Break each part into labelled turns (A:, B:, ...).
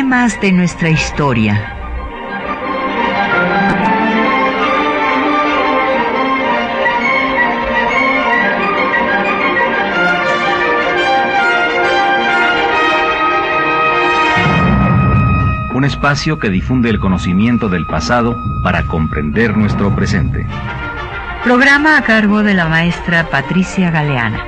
A: Temas de nuestra historia.
B: Un espacio que difunde el conocimiento del pasado para comprender nuestro presente.
A: Programa a cargo de la maestra Patricia Galeana.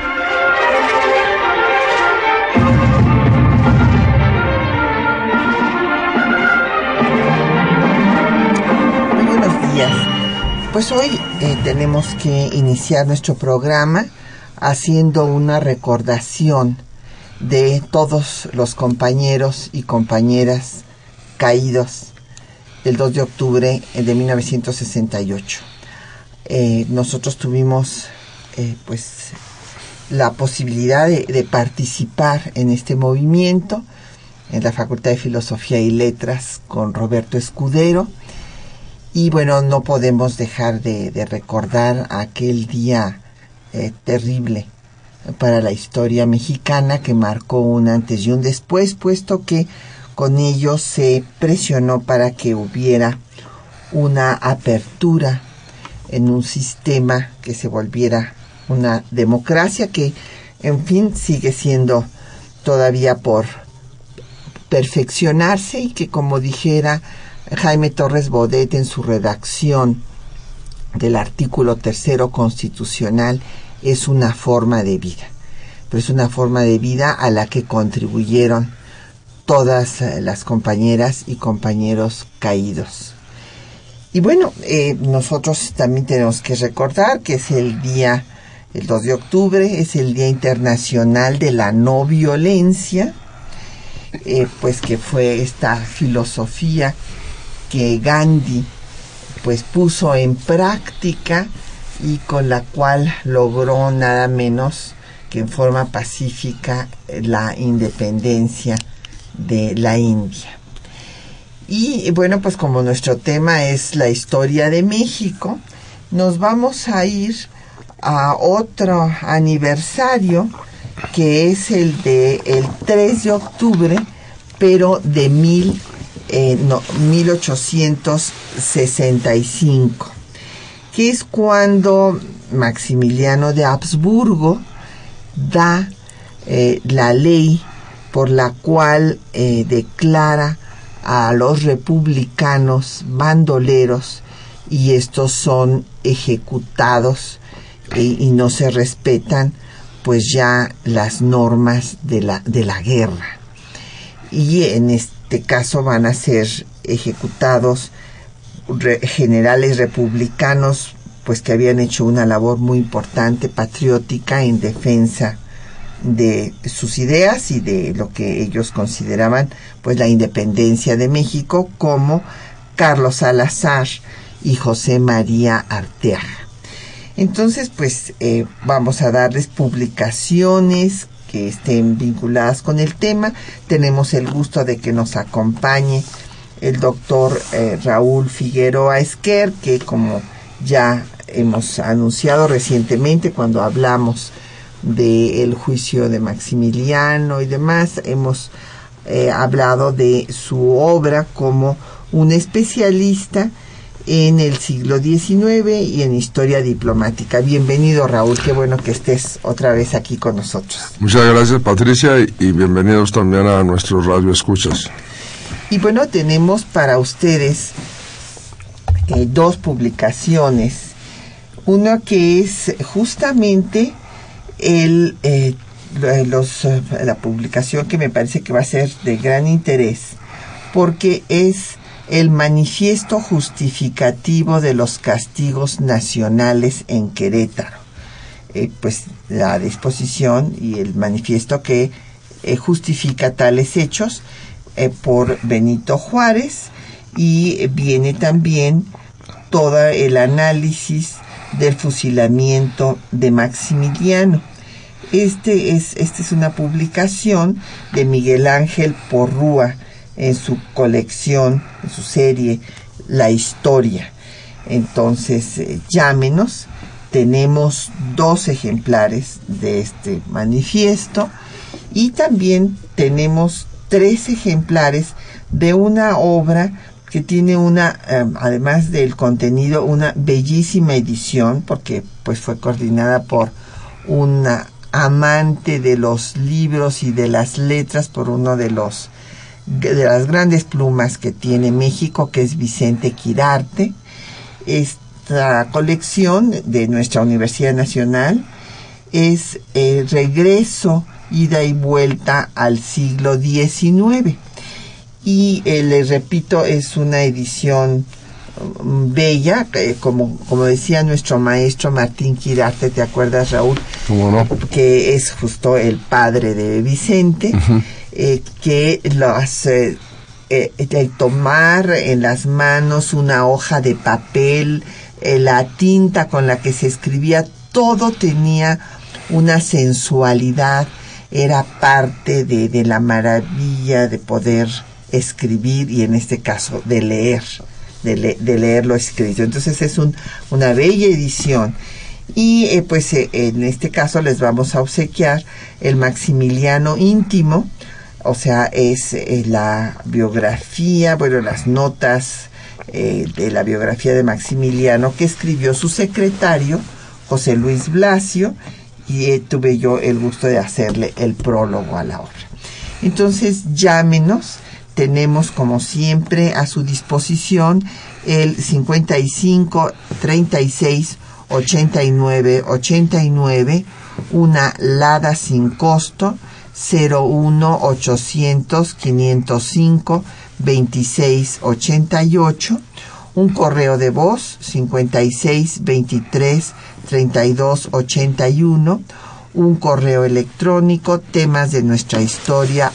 C: Muy buenos días. Pues hoy tenemos que iniciar nuestro programa haciendo una recordación de todos los compañeros y compañeras caídos del 2 de octubre de 1968. Nosotros tuvimos pues la posibilidad de participar en este movimiento en la Facultad de Filosofía y Letras con Roberto Escudero, y bueno, no podemos dejar de recordar aquel día terrible para la historia mexicana, que marcó un antes y un después, puesto que con ello se presionó para que hubiera una apertura en un sistema que se volviera una democracia que, en fin, sigue siendo todavía por perfeccionarse, y que, como dijera Jaime Torres Bodet en su redacción del artículo 3º constitucional, es una forma de vida, pero es una forma de vida a la que contribuyeron todas las compañeras y compañeros caídos. Y bueno, nosotros también tenemos que recordar que es el 2 de octubre, es el Día Internacional de la No Violencia, pues que fue esta filosofía que Gandhi pues puso en práctica y con la cual logró nada menos que en forma pacífica la independencia de la India. Y bueno, pues como nuestro tema es la historia de México, nos vamos a ir a otro aniversario, que es el 3 de octubre, pero de 1865. Que es cuando Maximiliano de Habsburgo da la ley por la cual declara a los republicanos bandoleros, y estos son ejecutados y no se respetan pues ya las normas de la guerra. Y en este caso van a ser ejecutados generales republicanos pues que habían hecho una labor muy importante patriótica en defensa de sus ideas y de lo que ellos consideraban pues la independencia de México, como Carlos Salazar y José María Arteaga. Entonces pues vamos a darles publicaciones que estén vinculadas con el tema. Tenemos el gusto de que nos acompañe el doctor Raúl Figueroa Esquer, que como ya hemos anunciado recientemente cuando hablamos del juicio de Maximiliano y demás, hemos hablado de su obra como un especialista en el siglo XIX y en historia diplomática. Bienvenido, Raúl, qué bueno que estés otra vez aquí con nosotros.
D: Muchas gracias, Patricia, y bienvenidos también a nuestros radioescuchas.
C: Y bueno, tenemos para ustedes dos publicaciones. Una que es justamente la publicación que me parece que va a ser de gran interés, porque es el manifiesto justificativo de los castigos nacionales en Querétaro. Pues la disposición y el manifiesto que justifica tales hechos por Benito Juárez, y viene también todo el análisis del fusilamiento de Maximiliano. Esta es una publicación de Miguel Ángel Porrúa en su colección, en su serie La Historia. Entonces, llámenos. Tenemos 2 ejemplares de este manifiesto, y también tenemos 3 ejemplares de una obra que tiene además del contenido, una bellísima edición, porque pues fue coordinada por una amante de los libros y de las letras, por uno de las grandes plumas que tiene México, que es Vicente Quirarte. Esta colección de nuestra Universidad Nacional es regreso, ida y vuelta al siglo XIX. Y les repito, es una edición bella, como decía nuestro maestro Martín Quirarte, ¿te acuerdas, Raúl?
D: ¿Cómo no?
C: Que es justo el padre de Vicente. Uh-huh. Que el tomar en las manos una hoja de papel, la tinta con la que se escribía, todo tenía una sensualidad, era parte de la maravilla de poder escribir, y en este caso de leer lo escrito. Entonces es una bella edición. Y pues en este caso les vamos a obsequiar el Maximiliano íntimo, o sea, es la biografía, las notas de la biografía de Maximiliano que escribió su secretario, José Luis Blasio, y tuve yo el gusto de hacerle el prólogo a la obra. Entonces, llámenos. Tenemos, como siempre, a su disposición el 55 36 89 89, una LADA sin costo, 01 800 505 26 88, un correo de voz 56 23 32 81, un correo electrónico temas de nuestra historia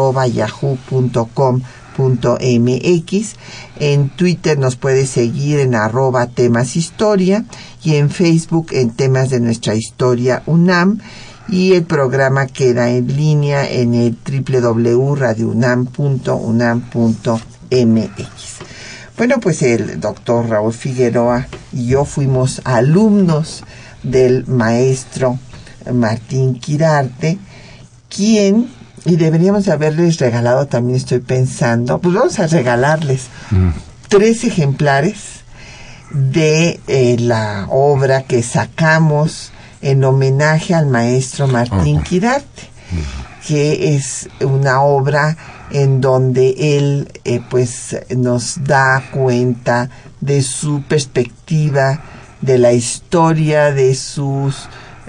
C: @yahoo.com.mx. En Twitter nos puede seguir en @temashistoria y en Facebook en Temas de Nuestra Historia UNAM, y el programa queda en línea en el www.radiounam.unam.mx. Bueno, pues el doctor Raúl Figueroa y yo fuimos alumnos del maestro Martín Quirarte, quien, y deberíamos de haberles regalado, también estoy pensando, pues vamos a regalarles 3 ejemplares de la obra que sacamos en homenaje al maestro Martín Quirarte, que es una obra en donde él pues nos da cuenta de su perspectiva, de la historia, de sus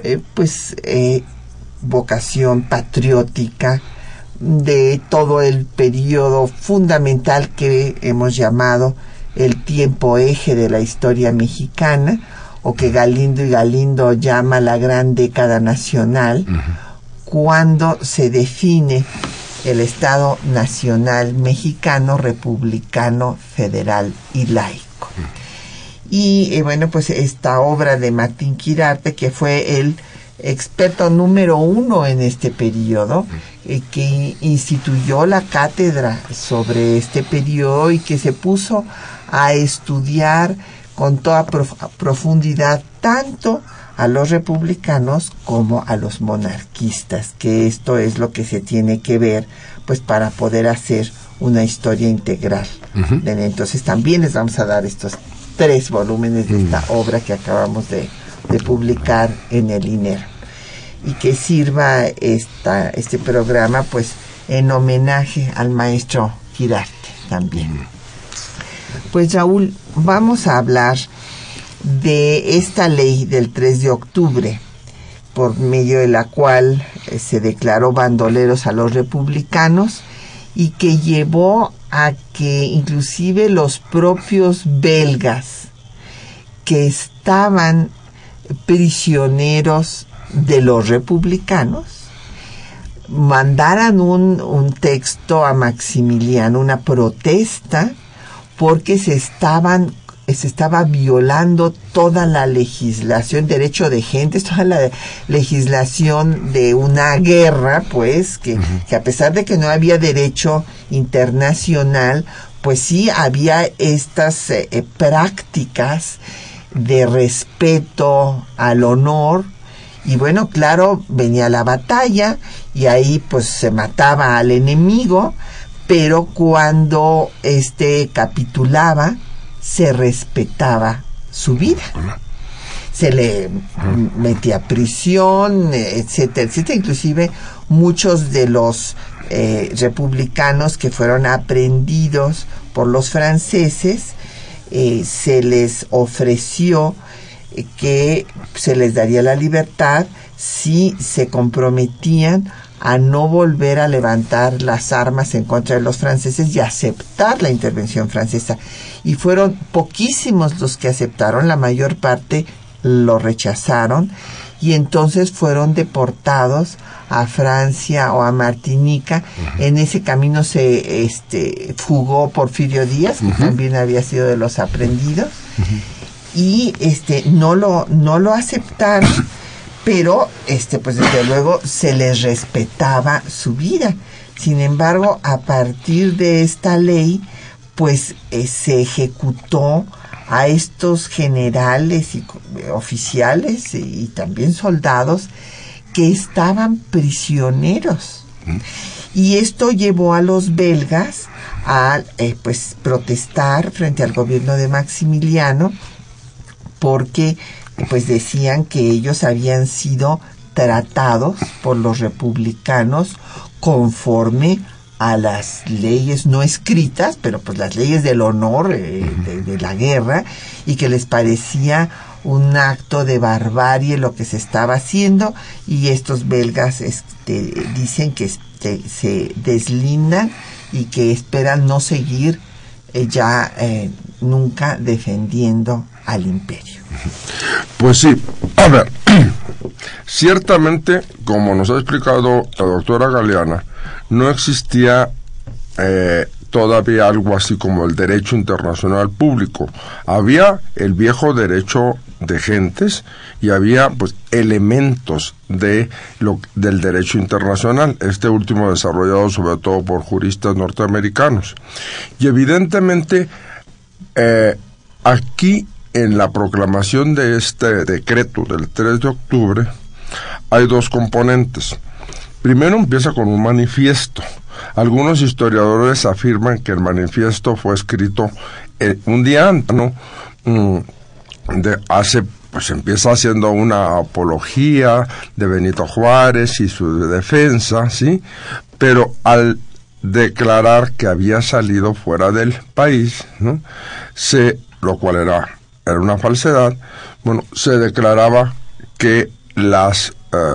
C: vocación patriótica, de todo el periodo fundamental que hemos llamado el tiempo eje de la historia mexicana, o que Galindo y Galindo llama la gran década nacional, cuando se define el Estado Nacional Mexicano, republicano, federal y laico. Y pues esta obra de Martín Quirarte, que fue el experto número 1 en este periodo, que instituyó la cátedra sobre este periodo y que se puso a estudiar con toda profundidad tanto a los republicanos como a los monarquistas, que esto es lo que se tiene que ver pues para poder hacer una historia integral. Entonces también les vamos a dar estos 3 volúmenes de esta obra que acabamos de publicar en el INER, y que sirva este programa pues en homenaje al maestro Quirarte también. Pues Raúl, vamos a hablar de esta ley del 3 de octubre, por medio de la cual se declaró bandoleros a los republicanos, y que llevó a que inclusive los propios belgas, que estaban prisioneros de los republicanos, mandaran un texto a Maximiliano, una protesta, porque se estaba violando toda la legislación, derecho de gentes, toda la legislación de una guerra, pues, que a pesar de que no había derecho internacional, pues sí había estas prácticas de respeto al honor Y bueno, claro, venía la batalla y ahí pues se mataba al enemigo, pero cuando capitulaba, se respetaba su vida. Se le metía a prisión, etcétera, etcétera. Inclusive muchos de los republicanos que fueron aprehendidos por los franceses, se les ofreció que se les daría la libertad si se comprometían a no volver a levantar las armas en contra de los franceses y aceptar la intervención francesa. Y fueron poquísimos los que aceptaron, la mayor parte lo rechazaron, y entonces fueron deportados a Francia o a Martinica. En ese camino se fugó Porfirio Díaz, que también había sido de los aprehendidos, y no lo aceptaron, pero pues desde luego se les respetaba su vida. Sin embargo, a partir de esta ley, pues se ejecutó a estos generales y oficiales y también soldados que estaban prisioneros. Y esto llevó a los belgas a pues protestar frente al gobierno de Maximiliano, porque pues decían que ellos habían sido tratados por los republicanos conforme a las leyes no escritas, pero pues las leyes del honor de la guerra, y que les parecía un acto de barbarie lo que se estaba haciendo. Y estos belgas dicen que se deslindan y que esperan no seguir nunca defendiendo al imperio.
D: Pues sí, a ver, ciertamente, como nos ha explicado la doctora Galeana, no existía todavía algo así como el derecho internacional público. Había el viejo derecho de gentes y había pues elementos del derecho internacional, este último desarrollado sobre todo por juristas norteamericanos. Y evidentemente aquí en la proclamación de este decreto del 3 de octubre hay dos componentes. Primero empieza con un manifiesto. Algunos historiadores afirman que el manifiesto fue escrito un día antes, ¿no? Pues empieza haciendo una apología de Benito Juárez y su defensa, ¿sí? Pero al declarar que había salido fuera del país, ¿no? Lo cual era una falsedad, bueno, se declaraba que las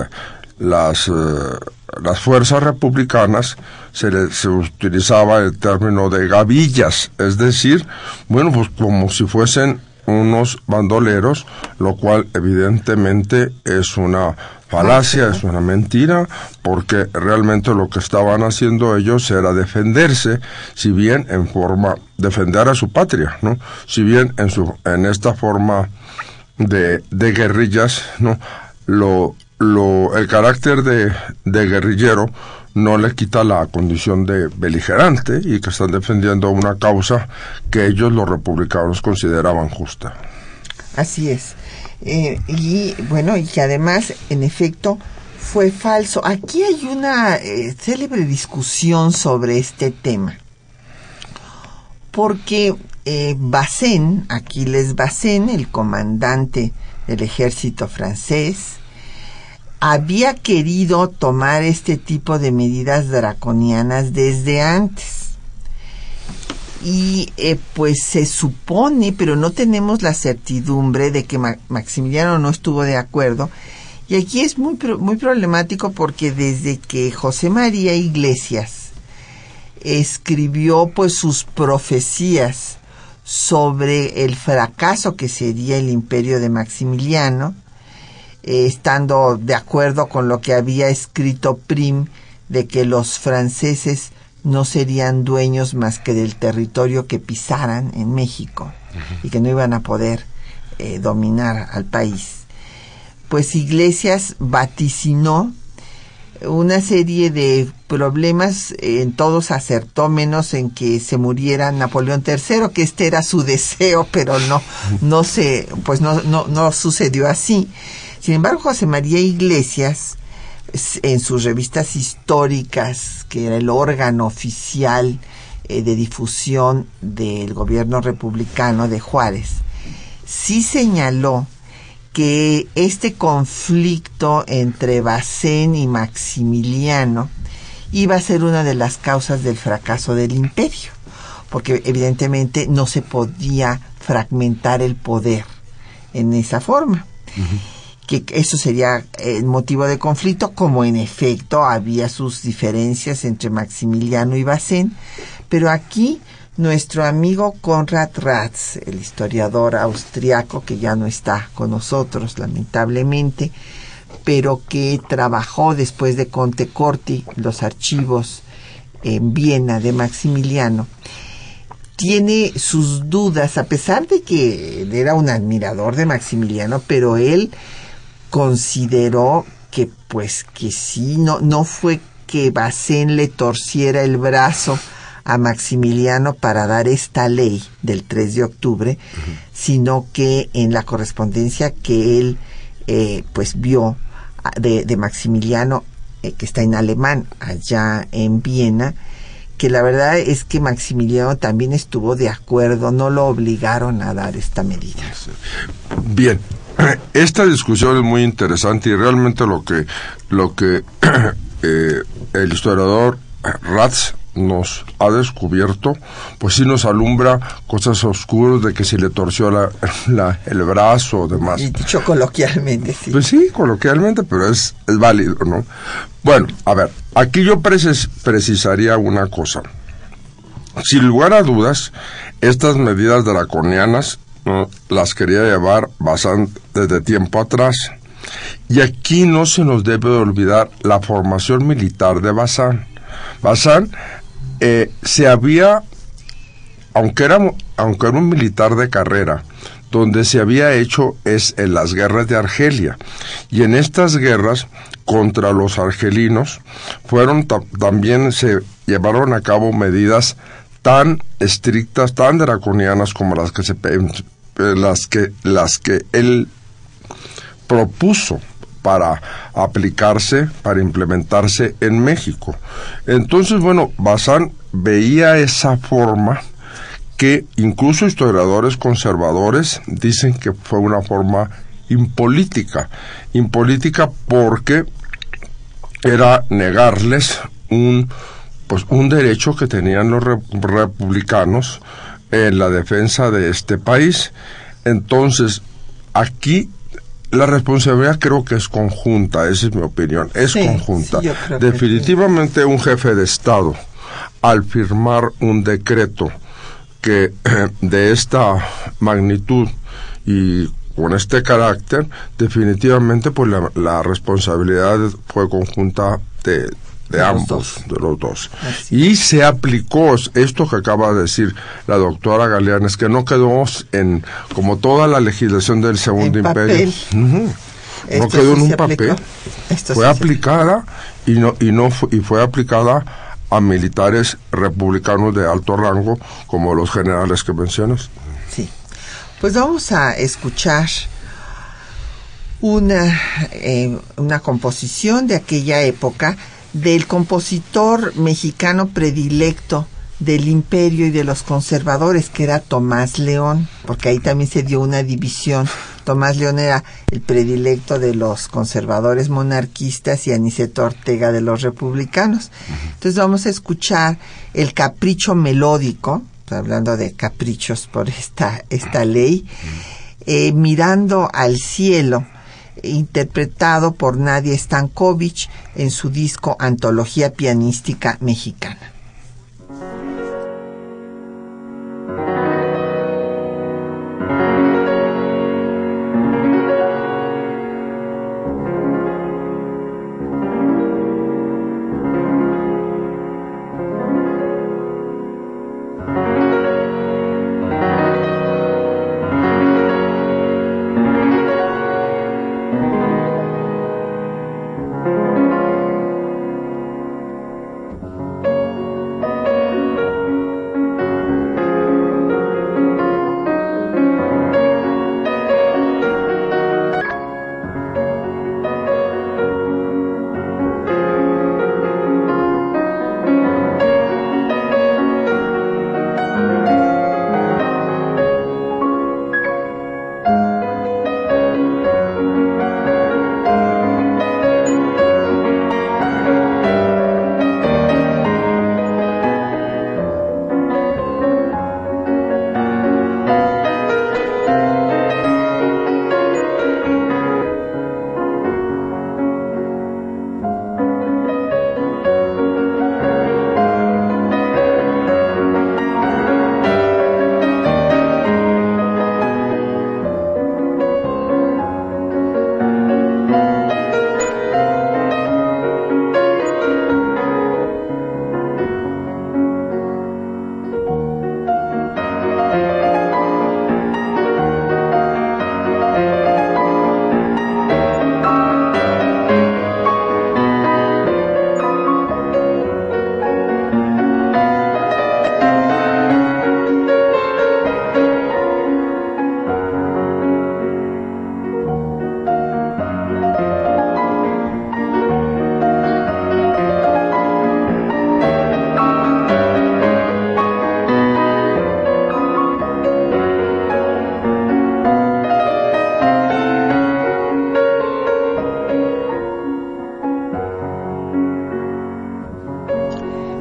D: fuerzas republicanas se utilizaba el término de gavillas, es decir, bueno, pues como si fuesen unos bandoleros, lo cual evidentemente es una falacia, es una mentira, porque realmente lo que estaban haciendo ellos era defenderse, si bien defender a su patria, ¿no? Si bien en esta forma de guerrillas, ¿no? El carácter de guerrillero no le quita la condición de beligerante, y que están defendiendo una causa que ellos, los republicanos, consideraban justa.
C: Así es. Y bueno, y que además, en efecto, fue falso. Aquí hay una célebre discusión sobre este tema, porque Bazaine, Aquiles Bazaine, el comandante del ejército francés, había querido tomar este tipo de medidas draconianas desde antes. Y pues se supone, pero no tenemos la certidumbre de que Maximiliano no estuvo de acuerdo. Y aquí es muy problemático, porque desde que José María Iglesias escribió pues sus profecías sobre el fracaso que sería el imperio de Maximiliano, estando de acuerdo con lo que había escrito Prim, de que los franceses no serían dueños más que del territorio que pisaran en México, y que no iban a poder dominar al país. Pues Iglesias vaticinó una serie de problemas, en todos acertó, menos en que se muriera Napoleón III, que era su deseo, pero no sucedió así. Sin embargo, José María Iglesias, en sus revistas históricas, que era el órgano oficial de difusión del gobierno republicano de Juárez, sí señaló que este conflicto entre Bazán y Maximiliano iba a ser una de las causas del fracaso del imperio, porque evidentemente no se podía fragmentar el poder en esa forma. Que eso sería el motivo de conflicto, como en efecto había sus diferencias entre Maximiliano y Bazán, pero aquí nuestro amigo Konrad Ratz, el historiador austriaco que ya no está con nosotros lamentablemente, pero que trabajó después de Conte Corti los archivos en Viena de Maximiliano, tiene sus dudas, a pesar de que él era un admirador de Maximiliano, pero él consideró que pues que sí, no fue que Bazán le torciera el brazo a Maximiliano para dar esta ley del 3 de octubre, sino que en la correspondencia que él pues vio de Maximiliano, que está en alemán allá en Viena, que la verdad es que Maximiliano también estuvo de acuerdo, no lo obligaron a dar esta medida.
D: Bien, esta discusión es muy interesante y realmente lo que el historiador Ratz nos ha descubierto, pues sí nos alumbra cosas oscuras de que si le torció el brazo o demás.
C: Y dicho coloquialmente, sí.
D: Pues sí, coloquialmente, pero es válido, ¿no? Bueno, a ver, aquí yo precisaría una cosa. Sin lugar a dudas, estas medidas draconianas, ¿no?, las quería llevar Bazán desde tiempo atrás. Y aquí no se nos debe olvidar la formación militar de Bazán. Bazán se había, aunque era un militar de carrera, donde se había hecho es en las guerras de Argelia, y en estas guerras contra los argelinos también se llevaron a cabo medidas tan estrictas, tan draconianas como las que él propuso para aplicarse, para implementarse en México. Entonces, bueno, Bazán veía esa forma que incluso historiadores conservadores dicen que fue una forma impolítica porque era negarles un derecho que tenían los republicanos en la defensa de este país. Entonces, aquí la responsabilidad creo que es conjunta, esa es mi opinión, es conjunta. Sí, definitivamente un jefe de Estado, al firmar un decreto que de esta magnitud y con este carácter, definitivamente pues la responsabilidad fue conjunta de ambos, de los dos. Y se aplicó esto que acaba de decir la doctora Galeana, es que no quedó como toda la legislación del Segundo Imperio. No quedó en un papel. Fue aplicada y fue aplicada a militares republicanos de alto rango, como los generales que mencionas.
C: Sí. Pues vamos a escuchar una composición de aquella época del compositor mexicano predilecto del imperio y de los conservadores, que era Tomás León, porque ahí también se dio una división. Tomás León era el predilecto de los conservadores monarquistas y Aniceto Ortega de los republicanos. Entonces vamos a escuchar el capricho melódico, hablando de caprichos por esta ley, Mirando al cielo, interpretado por Nadia Stankovic en su disco Antología Pianística Mexicana.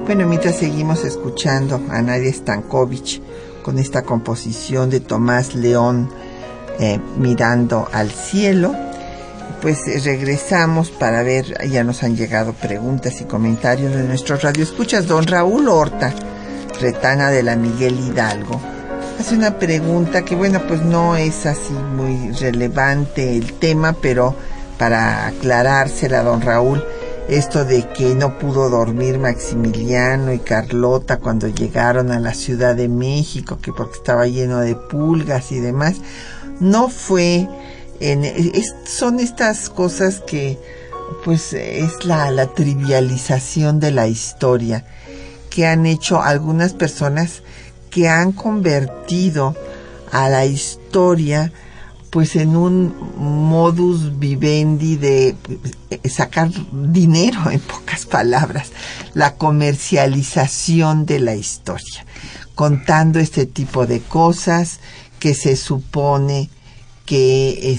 C: Bueno, mientras seguimos escuchando a Nadia Stankovic con esta composición de Tomás León, Mirando al cielo, pues regresamos para ver, ya nos han llegado preguntas y comentarios de nuestros radioescuchas. Don Raúl Horta, Retana de la Miguel Hidalgo, hace una pregunta que, bueno, pues no es así muy relevante el tema, pero para aclarársela a don Raúl, esto de que no pudo dormir Maximiliano y Carlota cuando llegaron a la Ciudad de México, que porque estaba lleno de pulgas y demás, no fue son estas cosas que pues es la trivialización de la historia que han hecho algunas personas, que han convertido a la historia pues en un modus vivendi de sacar dinero, en pocas palabras, la comercialización de la historia, contando este tipo de cosas que se supone que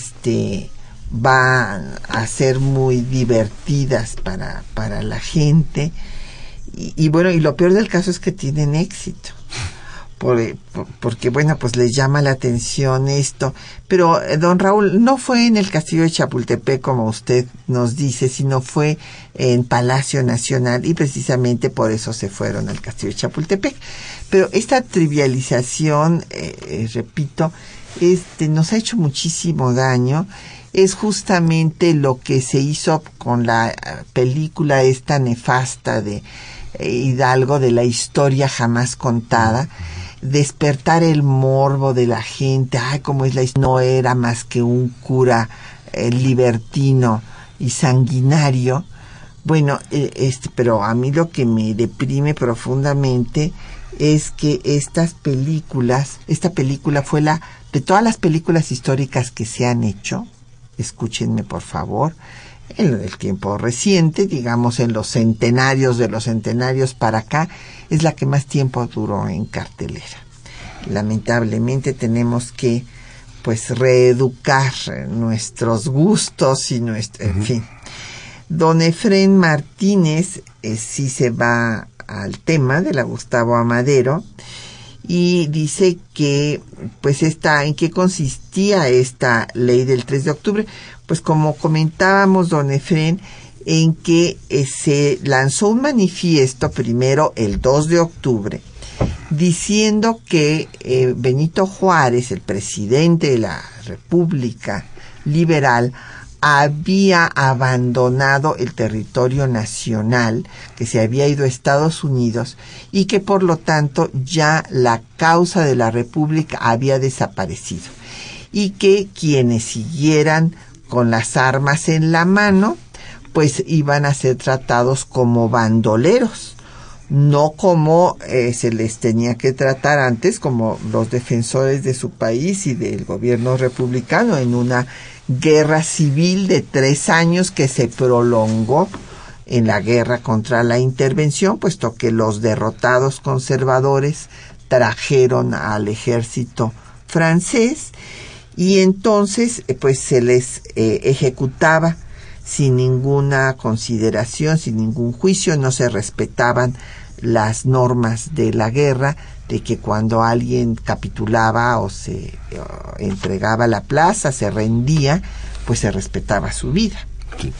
C: van a ser muy divertidas para la gente, y bueno, y lo peor del caso es que tienen éxito. Porque bueno, pues les llama la atención esto. Pero don Raúl, no fue en el Castillo de Chapultepec como usted nos dice, sino fue en Palacio Nacional, y precisamente por eso se fueron al Castillo de Chapultepec. Pero esta trivialización, repito, nos ha hecho muchísimo daño. Es justamente lo que se hizo con la película esta nefasta de Hidalgo, de la historia jamás contada. Despertar el morbo de la gente. Ay, cómo es la historia. No era más que un cura libertino y sanguinario. Bueno, pero a mí lo que me deprime profundamente es que esta película fue de todas las películas históricas que se han hecho, escúchenme por favor, en el tiempo reciente, digamos en los centenarios de los centenarios para acá, es la que más tiempo duró en cartelera. Lamentablemente tenemos que pues reeducar nuestros gustos y en fin. Don Efrén Martínez sí se va al tema de la Gustavo Amadero y dice que pues en qué consistía esta ley del 3 de octubre. Pues como comentábamos, don Efrén, en que se lanzó un manifiesto primero el 2 de octubre diciendo que Benito Juárez, el presidente de la República Liberal, había abandonado el territorio nacional, que se había ido a Estados Unidos y que por lo tanto ya la causa de la República había desaparecido, y que quienes siguieran con las armas en la mano pues iban a ser tratados como bandoleros, no como se les tenía que tratar antes, como los defensores de su país y del gobierno republicano, en una guerra civil de 3 años que se prolongó en la guerra contra la intervención, puesto que los derrotados conservadores trajeron al ejército francés, y entonces pues se les ejecutaba sin ninguna consideración, sin ningún juicio. No se respetaban las normas de la guerra, de que cuando alguien capitulaba o se entregaba la plaza, se rendía, pues se respetaba su vida.
D: Sí.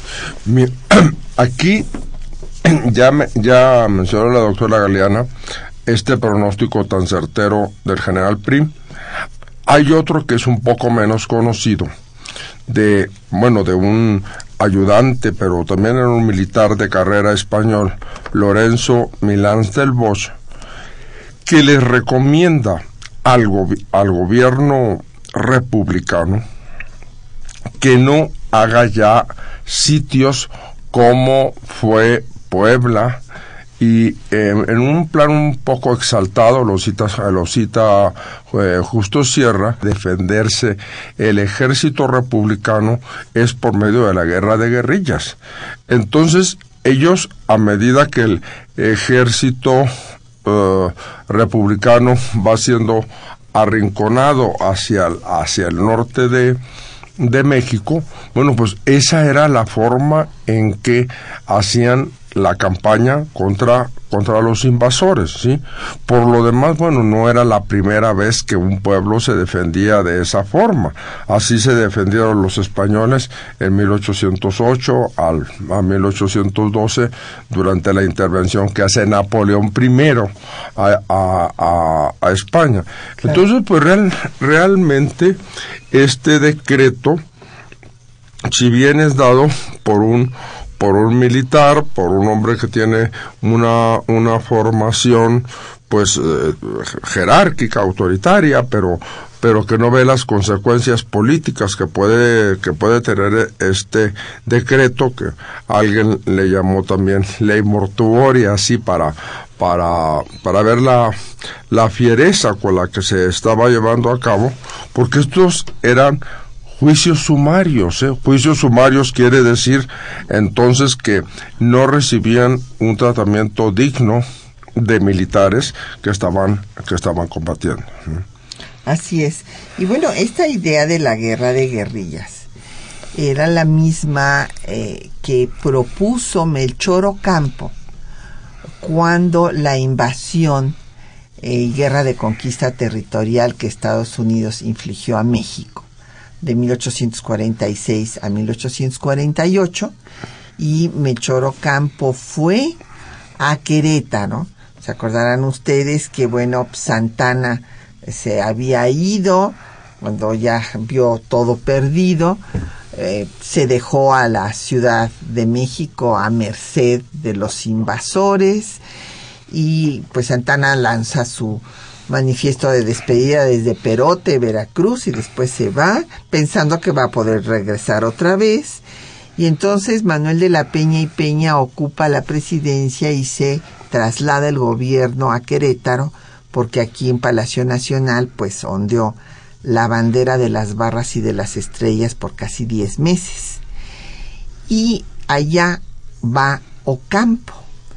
D: Aquí ya mencionó la doctora Galeana este pronóstico tan certero del general Prim. Hay otro que es un poco menos conocido, de un ayudante, pero también era un militar de carrera español, Lorenzo Milans del Bosch, que les recomienda al gobierno republicano que no haga ya sitios como fue Puebla, y en un plan un poco exaltado lo cita Justo Sierra. Defenderse el ejército republicano es por medio de la guerra de guerrillas. Entonces ellos, a medida que el ejército republicano va siendo arrinconado hacia el norte de México, bueno, pues esa era la forma en que hacían la campaña contra contra los invasores, ¿sí? Por lo demás, bueno, no era la primera vez que un pueblo se defendía de esa forma. Así se defendieron los españoles en 1808 a 1812 durante la intervención que hace Napoleón I a España. Claro. Entonces, pues realmente este decreto, si bien es dado por un militar, por un hombre que tiene una formación pues jerárquica, autoritaria, pero que no ve las consecuencias políticas que puede tener este decreto, que alguien le llamó también ley mortuoria, así para ver la fiereza con la que se estaba llevando a cabo, porque estos eran juicios sumarios. Juicios sumarios quiere decir entonces que no recibían un tratamiento digno de militares que estaban combatiendo.
C: Así es. Y bueno, esta idea de la guerra de guerrillas era la misma que propuso Melchor Ocampo cuando la invasión y guerra de conquista territorial que Estados Unidos infligió a México de 1846 a 1848, y Melchor Ocampo fue a Querétaro. Se acordarán ustedes que, bueno, Santana se había ido cuando ya vio todo perdido, se dejó a la Ciudad de México a merced de los invasores, y pues Santana lanza su manifiesto de despedida desde Perote, Veracruz, y después se va pensando que va a poder regresar otra vez. Y entonces Manuel de la Peña y Peña ocupa la presidencia y se traslada el gobierno a Querétaro, porque aquí en Palacio Nacional pues ondeó la bandera de las barras y de las estrellas por casi 10 meses. Y allá va Ocampo,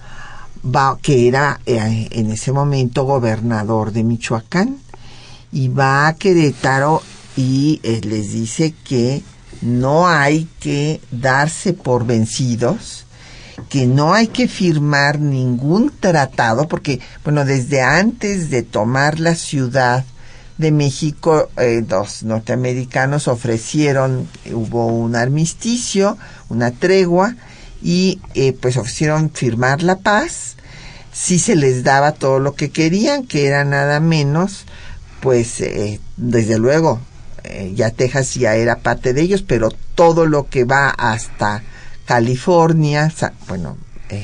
C: que era en ese momento gobernador de Michoacán, y va a Querétaro y les dice que no hay que darse por vencidos, que no hay que firmar ningún tratado, porque, bueno, desde antes de tomar la Ciudad de México, los norteamericanos ofrecieron, hubo un armisticio, una tregua, y pues ofrecieron firmar la paz si se les daba todo lo que querían, que era nada menos, pues desde luego, ya Texas ya era parte de ellos, pero todo lo que va hasta California, bueno,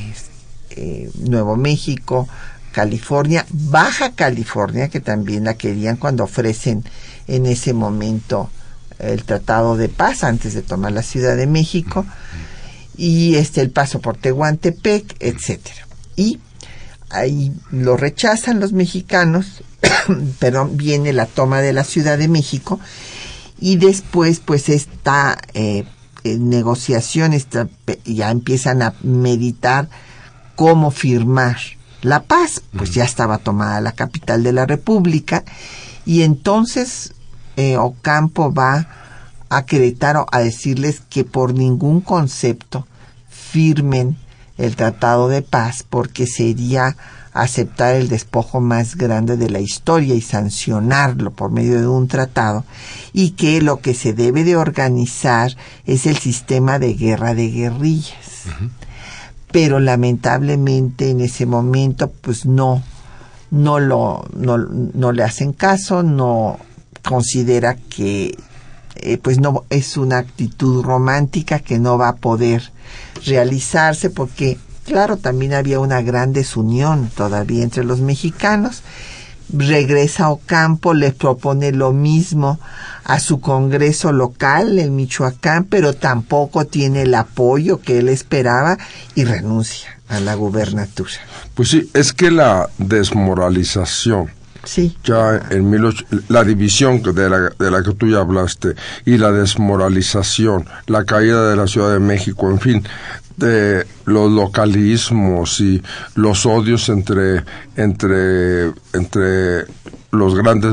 C: Nuevo México, California, Baja California, que también la querían cuando ofrecen en ese momento el Tratado de Paz antes de tomar la Ciudad de México, y el paso por Tehuantepec, etcétera. Y ahí lo rechazan los mexicanos, perdón, viene la toma de la Ciudad de México, y después pues esta negociación, ya empiezan a meditar cómo firmar la paz, pues ya estaba tomada la capital de la República, y entonces Ocampo va a Querétaro a decirles que por ningún concepto firmen el Tratado de Paz, porque sería aceptar el despojo más grande de la historia y sancionarlo por medio de un tratado, y que lo que se debe de organizar es el sistema de guerra de guerrillas. Uh-huh. Pero lamentablemente en ese momento pues no le hacen caso, no considera que pues no es una actitud romántica que no va a poder realizarse, porque claro, también había una gran desunión todavía entre los mexicanos. Regresa Ocampo, les propone lo mismo a su congreso local en Michoacán, pero tampoco tiene el apoyo que él esperaba y renuncia a la gubernatura.
D: Pues sí, es que la desmoralización,
C: sí,
D: ya en la división de la que tú ya hablaste, y la desmoralización, la caída de la Ciudad de México, en fin, de los localismos y los odios entre los grandes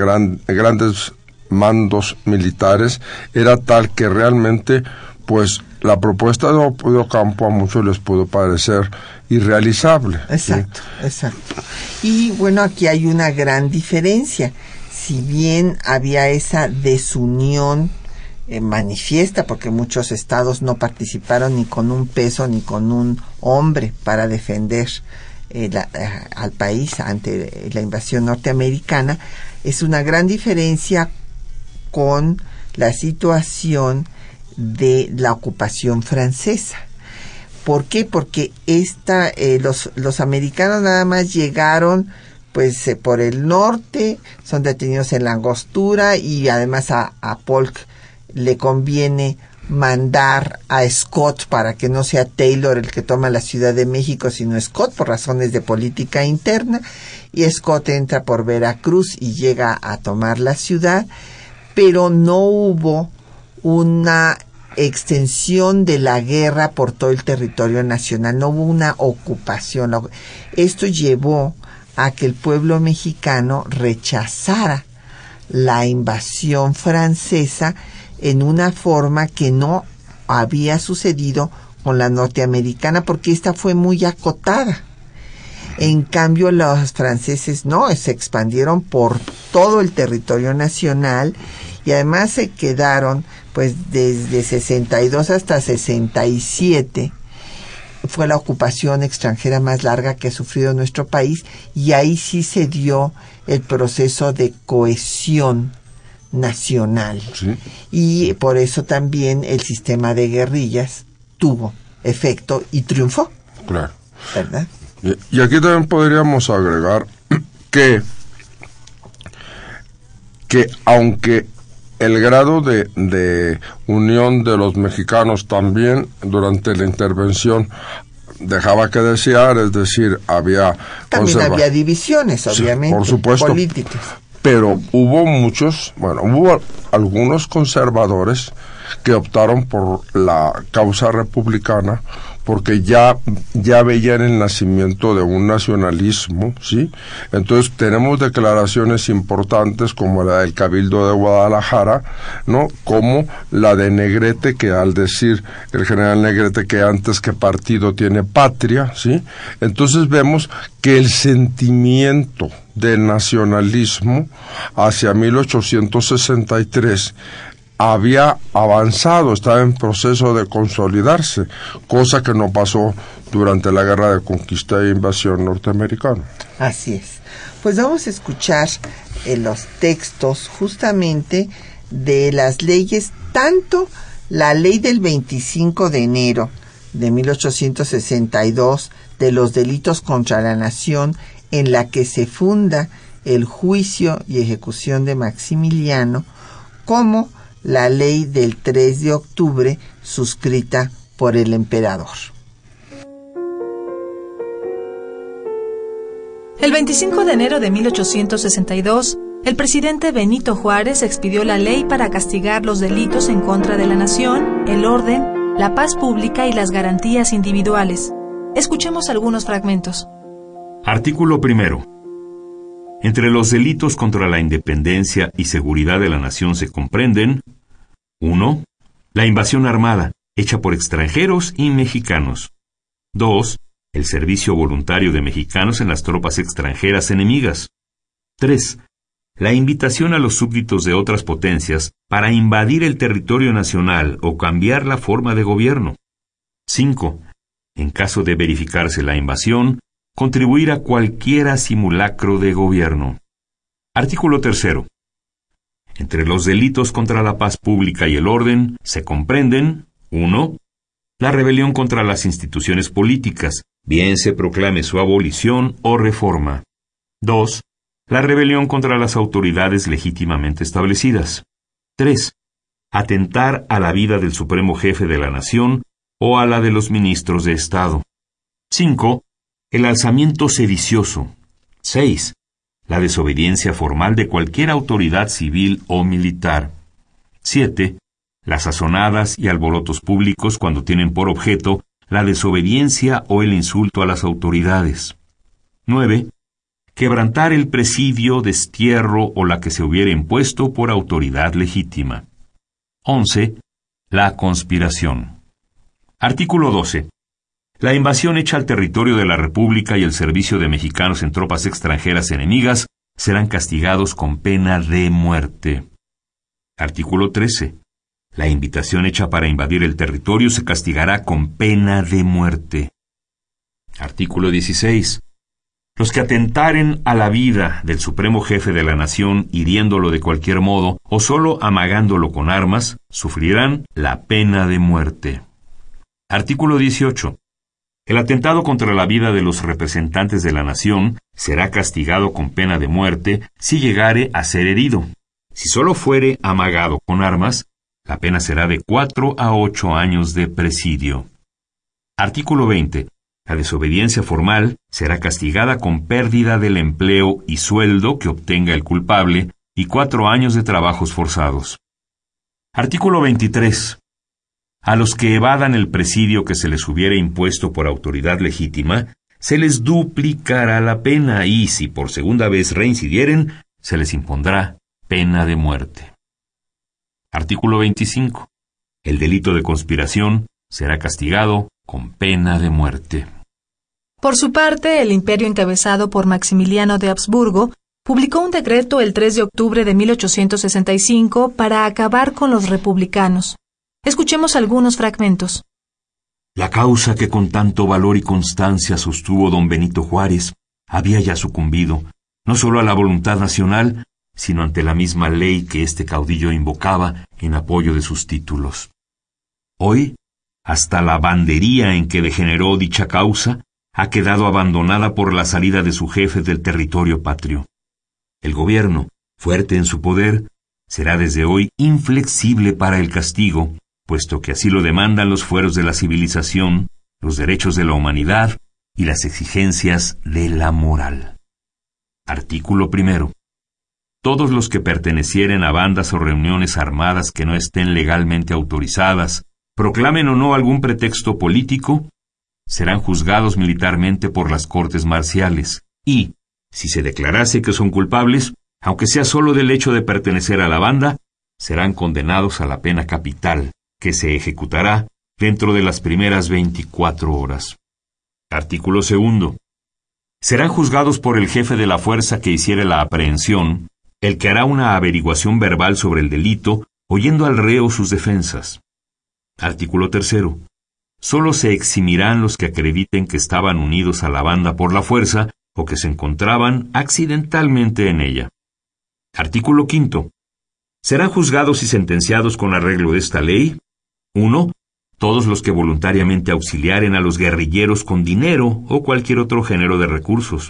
D: mandos militares, era tal que realmente pues la propuesta de Ocampo a muchos les pudo parecer irrealizable.
C: Exacto, ¿sí? Exacto. Y bueno, aquí hay una gran diferencia. Si bien había esa desunión manifiesta, porque muchos estados no participaron ni con un peso ni con un hombre para defender al país ante la invasión norteamericana, es una gran diferencia con la situación de la ocupación francesa. ¿Por qué? Porque los americanos nada más llegaron por el norte, son detenidos en la Angostura, y además a Polk le conviene mandar a Scott para que no sea Taylor el que toma la Ciudad de México, sino Scott, por razones de política interna, y Scott entra por Veracruz y llega a tomar la ciudad, pero no hubo una extensión de la guerra por todo el territorio nacional, no hubo una ocupación. Esto llevó a que el pueblo mexicano rechazara la invasión francesa en una forma que no había sucedido con la norteamericana, porque esta fue muy acotada. En cambio, los franceses no, se expandieron por todo el territorio nacional, y además se quedaron desde 62 hasta 67. Fue la ocupación extranjera más larga que ha sufrido nuestro país, y ahí sí se dio el proceso de cohesión nacional.
D: Sí.
C: Y por eso también el sistema de guerrillas tuvo efecto y triunfó.
D: Claro.
C: ¿Verdad?
D: Y aquí también podríamos agregar que aunque el grado de unión de los mexicanos también durante la intervención dejaba que desear, es decir,
C: también había divisiones, obviamente,
D: sí, por supuesto,
C: políticas.
D: Pero hubo algunos conservadores que optaron por la causa republicana, porque ya veían el nacimiento de un nacionalismo, ¿sí? Entonces tenemos declaraciones importantes como la del Cabildo de Guadalajara, ¿no? Como la de Negrete, que al decir el general Negrete que antes que partido tiene patria, ¿sí? Entonces vemos que el sentimiento del nacionalismo hacia 1863 había avanzado, estaba en proceso de consolidarse, cosa que no pasó durante la guerra de conquista e invasión norteamericana.
C: Así es. Pues vamos a escuchar los textos justamente de las leyes, tanto la ley del 25 de enero de 1862 de los delitos contra la nación, en la que se funda el juicio y ejecución de Maximiliano, como la ley del 3 de octubre suscrita por el emperador.
E: El 25 de enero de 1862, el presidente Benito Juárez expidió la ley para castigar los delitos en contra de la nación, el orden, la paz pública y las garantías individuales. Escuchemos algunos fragmentos.
B: Artículo 1. Entre los delitos contra la independencia y seguridad de la nación se comprenden: 1. La invasión armada, hecha por extranjeros y mexicanos. 2. El servicio voluntario de mexicanos en las tropas extranjeras enemigas. 3. La invitación a los súbditos de otras potencias para invadir el territorio nacional o cambiar la forma de gobierno. 5. En caso de verificarse la invasión, contribuir a cualquiera simulacro de gobierno. Artículo 3. Entre los delitos contra la paz pública y el orden se comprenden: 1. La rebelión contra las instituciones políticas, bien se proclame su abolición o reforma. 2. La rebelión contra las autoridades legítimamente establecidas. 3. Atentar a la vida del supremo jefe de la nación o a la de los ministros de Estado. 5. El alzamiento sedicioso. 6. La desobediencia formal de cualquier autoridad civil o militar. 7. Las sazonadas y alborotos públicos cuando tienen por objeto la desobediencia o el insulto a las autoridades. 9. Quebrantar el presidio, destierro o la que se hubiera impuesto por autoridad legítima. 11. La conspiración. Artículo 12. La invasión hecha al territorio de la República y el servicio de mexicanos en tropas extranjeras enemigas serán castigados con pena de muerte. Artículo 13. La invitación hecha para invadir el territorio se castigará con pena de muerte. Artículo 16. Los que atentaren a la vida del supremo jefe de la nación hiriéndolo de cualquier modo o solo amagándolo con armas, sufrirán la pena de muerte. Artículo 18. El atentado contra la vida de los representantes de la nación será castigado con pena de muerte si llegare a ser herido. Si solo fuere amagado con armas, la pena será de 4 a 8 años de presidio. Artículo 20. La desobediencia formal será castigada con pérdida del empleo y sueldo que obtenga el culpable y 4 años de trabajos forzados. Artículo 23. A los que evadan el presidio que se les hubiere impuesto por autoridad legítima, se les duplicará la pena y, si por segunda vez reincidieren, se les impondrá pena de muerte. Artículo 25. El delito de conspiración será castigado con pena de muerte.
E: Por su parte, el imperio encabezado por Maximiliano de Habsburgo publicó un decreto el 3 de octubre de 1865 para acabar con los republicanos. Escuchemos algunos fragmentos.
B: La causa que con tanto valor y constancia sostuvo don Benito Juárez había ya sucumbido, no solo a la voluntad nacional, sino ante la misma ley que este caudillo invocaba en apoyo de sus títulos. Hoy, hasta la bandería en que degeneró dicha causa ha quedado abandonada por la salida de su jefe del territorio patrio. El gobierno, fuerte en su poder, será desde hoy inflexible para el castigo, puesto que así lo demandan los fueros de la civilización, los derechos de la humanidad y las exigencias de la moral. Artículo 1. Todos los que pertenecieren a bandas o reuniones armadas que no estén legalmente autorizadas, proclamen o no algún pretexto político, serán juzgados militarmente por las cortes marciales y, si se declarase que son culpables, aunque sea solo del hecho de pertenecer a la banda, serán condenados a la pena capital, que se ejecutará dentro de las primeras 24 horas. Artículo 2. Serán juzgados por el jefe de la fuerza que hiciere la aprehensión, el que hará una averiguación verbal sobre el delito, oyendo al reo sus defensas. Artículo 3. Solo se eximirán los que acrediten que estaban unidos a la banda por la fuerza o que se encontraban accidentalmente en ella. Artículo 5. Serán juzgados y sentenciados con arreglo de esta ley: 1. Todos los que voluntariamente auxiliaren a los guerrilleros con dinero o cualquier otro género de recursos.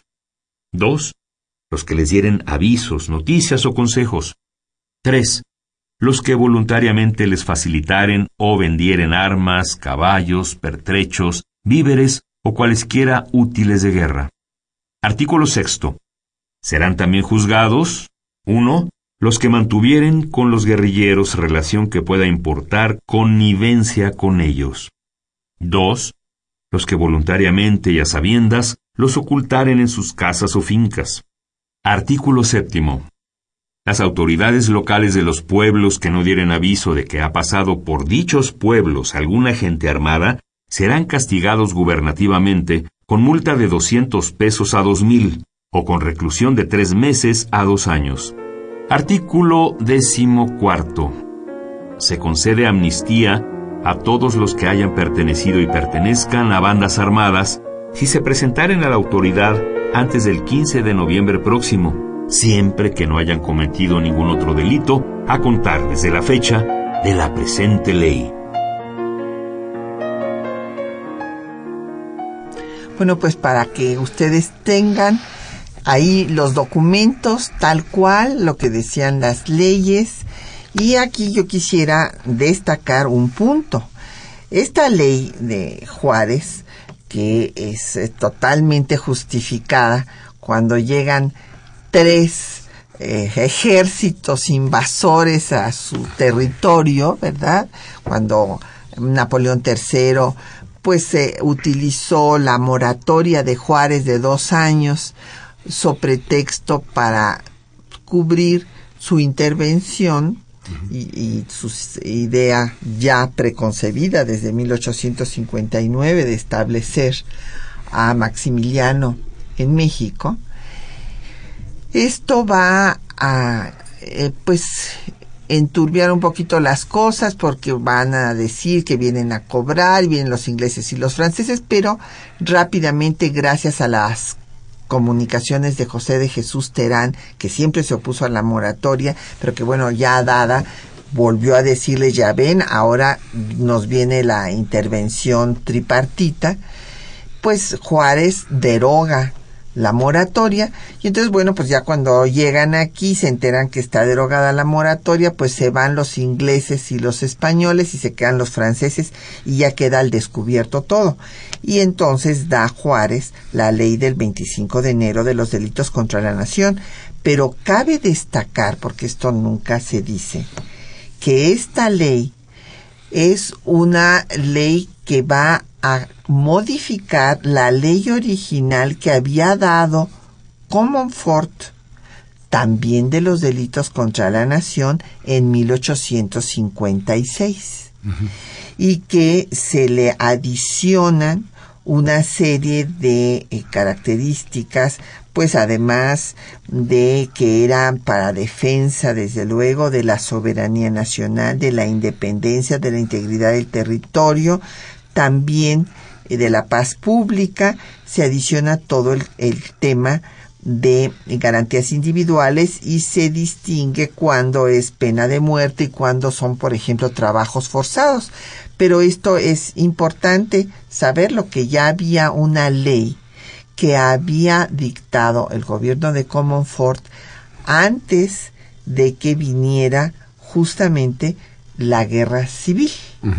B: 2. Los que les dieren avisos, noticias o consejos. 3. Los que voluntariamente les facilitaren o vendieren armas, caballos, pertrechos, víveres o cualesquiera útiles de guerra. Artículo 6. Serán también juzgados: 1. Los que mantuvieren con los guerrilleros relación que pueda importar connivencia con ellos. 2. Los que voluntariamente y a sabiendas los ocultaren en sus casas o fincas. Artículo 7. Las autoridades locales de los pueblos que no dieren aviso de que ha pasado por dichos pueblos alguna gente armada serán castigados gubernativamente con multa de 200 pesos a 2,000 o con reclusión de 3 meses a 2 años. Artículo 14. Se concede amnistía a todos los que hayan pertenecido y pertenezcan a bandas armadas si se presentaren a la autoridad antes del 15 de noviembre próximo, siempre que no hayan cometido ningún otro delito a contar desde la fecha de la presente ley.
C: Bueno, pues para que ustedes tengan ahí los documentos tal cual, lo que decían las leyes, y aquí yo quisiera destacar un punto. Esta ley de Juárez, que es totalmente justificada cuando llegan 3 ejércitos invasores a su territorio, ¿verdad? Cuando Napoleón III pues utilizó la moratoria de Juárez de 2 años so pretexto para cubrir su intervención, y su idea ya preconcebida desde 1859 de establecer a Maximiliano en México, esto va a enturbiar un poquito las cosas, porque van a decir que vienen a cobrar, vienen los ingleses y los franceses, pero rápidamente, gracias a las comunicaciones de José de Jesús Terán, que siempre se opuso a la moratoria, pero que bueno, ya dada, volvió a decirles, ya ven, ahora nos viene la intervención tripartita, pues Juárez deroga la moratoria, y entonces bueno, pues ya cuando llegan aquí se enteran que está derogada la moratoria, pues se van los ingleses y los españoles y se quedan los franceses y ya queda al descubierto todo. Y entonces da Juárez la ley del 25 de enero de los delitos contra la nación, pero cabe destacar, porque esto nunca se dice, que esta ley es una ley que va a modificar la ley original que había dado Comonfort, también de los delitos contra la nación, en 1856, y que se le adicionan una serie de características, pues además de que eran para defensa, desde luego, de la soberanía nacional, de la independencia, de la integridad del territorio, también de la paz pública. Se adiciona todo el tema de garantías individuales y se distingue cuando es pena de muerte y cuando son, por ejemplo, trabajos forzados. Pero esto es importante saberlo, que ya había una ley que había dictado el gobierno de Comonfort antes de que viniera justamente la guerra civil.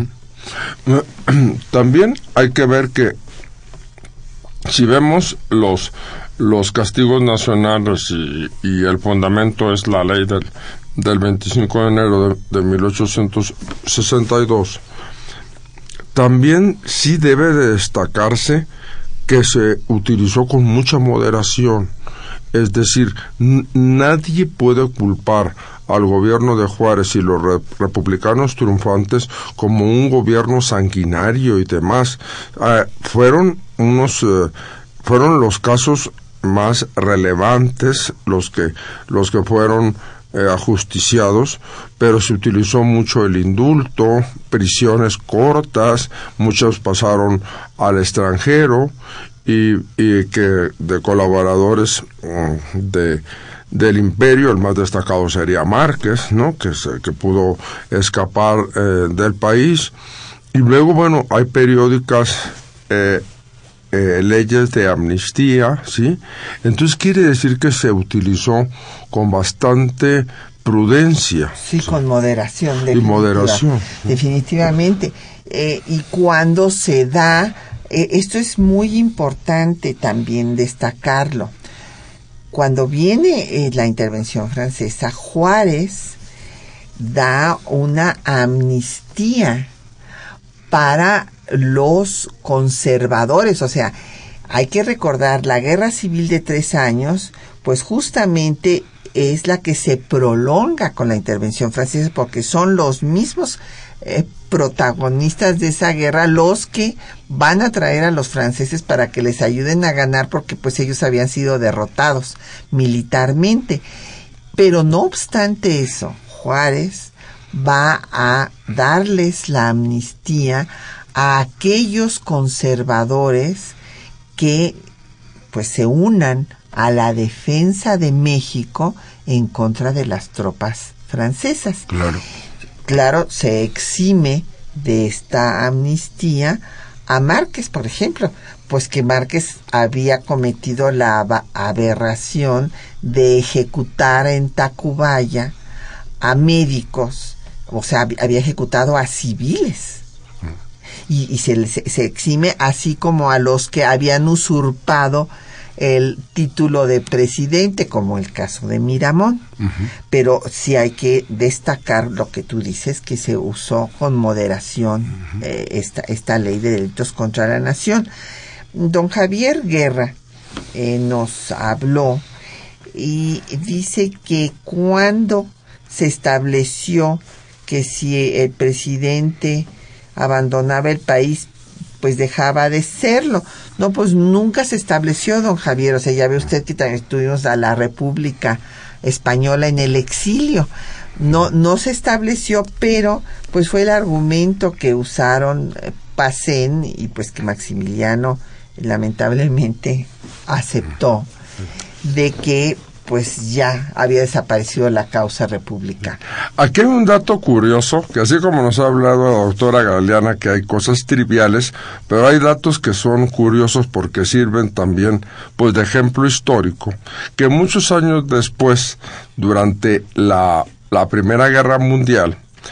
D: También hay que ver que si vemos los castigos nacionales y el fundamento es la ley del 25 de enero de 1862, también sí debe de destacarse que se utilizó con mucha moderación. Es decir, nadie puede culpar al gobierno de Juárez y los republicanos triunfantes como un gobierno sanguinario y demás. Fueron los casos más relevantes los que fueron ajusticiados, pero se utilizó mucho el indulto, prisiones cortas, muchos pasaron al extranjero y que de colaboradores del imperio, el más destacado sería Márquez, ¿no? que pudo escapar del país. Y luego, bueno, hay periódicas leyes de amnistía, ¿sí? Entonces quiere decir que se utilizó con bastante prudencia.
C: Sí, con moderación.
D: Y moderación.
C: Definitivamente. Y cuando se da, esto es muy importante también destacarlo. Cuando viene la intervención francesa, Juárez da una amnistía para los conservadores. O sea, hay que recordar, la guerra civil de 3 años, pues justamente es la que se prolonga con la intervención francesa, porque son los mismos protagonistas de esa guerra los que van a traer a los franceses para que les ayuden a ganar, porque pues ellos habían sido derrotados militarmente. Pero no obstante eso, Juárez va a darles la amnistía a aquellos conservadores que pues se unan a la defensa de México en contra de las tropas francesas. Claro, se exime de esta amnistía a Márquez, por ejemplo, pues que Márquez había cometido la aberración de ejecutar en Tacubaya a médicos, o sea, había ejecutado a civiles. Y se exime, así como a los que habían usurpado el título de presidente, como el caso de Miramón. Pero sí hay que destacar lo que tú dices, que se usó con moderación esta ley de delitos contra la nación. Don Javier Guerra nos habló y dice que cuando se estableció que si el presidente abandonaba el país, pues dejaba de serlo. No, pues nunca se estableció, don Javier. O sea, ya ve usted que también tuvimos a la República Española en el exilio. No se estableció, pero pues fue el argumento que usaron Pacén, y pues que Maximiliano lamentablemente aceptó, de que pues ya había desaparecido la causa republicana.
D: Aquí hay un dato curioso, que así como nos ha hablado la doctora Galeana, que hay cosas triviales, pero hay datos que son curiosos porque sirven también pues de ejemplo histórico, que muchos años después, durante la Primera Guerra Mundial,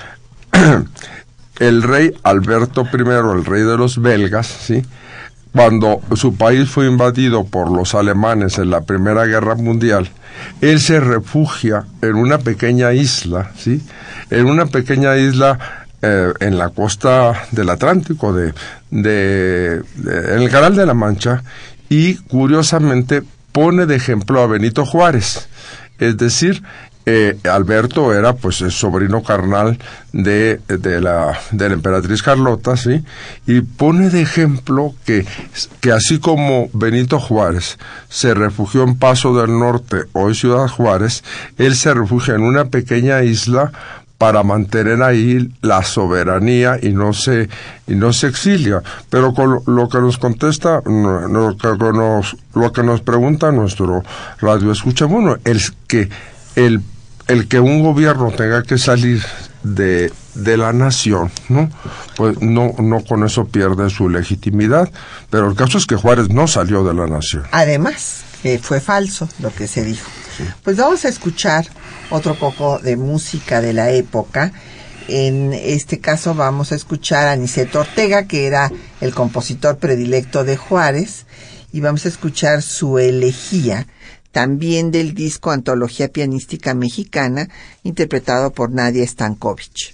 D: el rey Alberto I, el rey de los belgas, ¿sí?, cuando su país fue invadido por los alemanes en la Primera Guerra Mundial, él se refugia en una pequeña isla, ¿sí?, en una pequeña isla en la costa del Atlántico, en el Canal de la Mancha, y curiosamente pone de ejemplo a Benito Juárez. Es decir, Alberto era pues el sobrino carnal de la emperatriz Carlota, ¿sí?, y pone de ejemplo que así como Benito Juárez se refugió en Paso del Norte, hoy Ciudad Juárez, él se refugia en una pequeña isla para mantener ahí la soberanía y no se exilia. Pero con lo que nos contesta, lo que nos pregunta nuestro radio escucha, bueno, es que el que un gobierno tenga que salir de la nación, ¿no?, pues no con eso pierde su legitimidad, pero el caso es que Juárez no salió de la nación.
C: Además, fue falso lo que se dijo. Sí. Pues vamos a escuchar otro poco de música de la época. En este caso vamos a escuchar a Aniceto Ortega, que era el compositor predilecto de Juárez, y vamos a escuchar su elegía, también del disco Antología Pianística Mexicana, interpretado por Nadia Stankovic.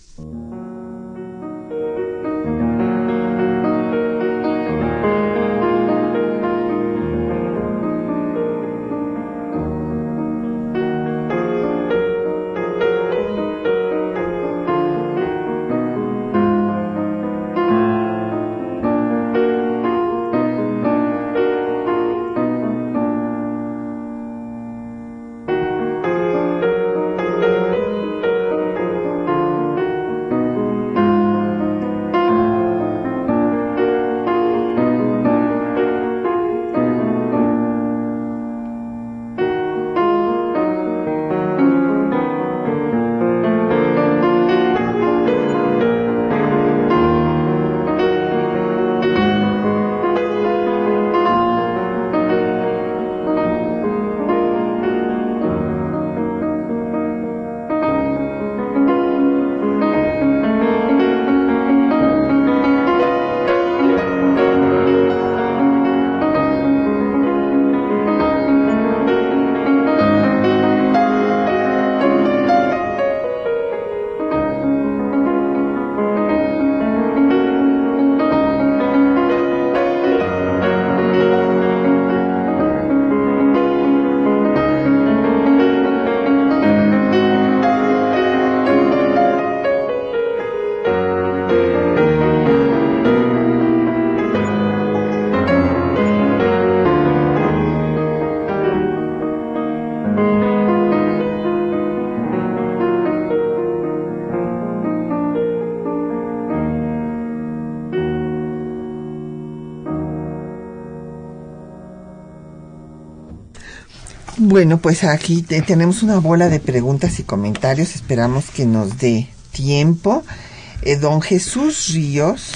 C: Bueno, pues aquí tenemos una bola de preguntas y comentarios. Esperamos que nos dé tiempo. Don Jesús Ríos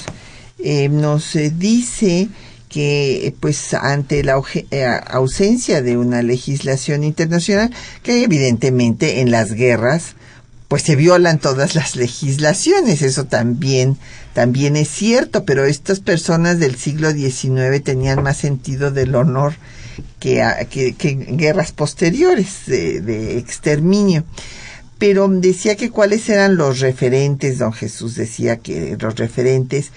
C: nos dice que pues ante la ausencia de una legislación internacional, que evidentemente en las guerras pues se violan todas las legislaciones, eso también es cierto, pero estas personas del siglo XIX tenían más sentido del honor que guerras posteriores de exterminio. Pero decía que cuáles eran los referentes, don Jesús decía que los referentes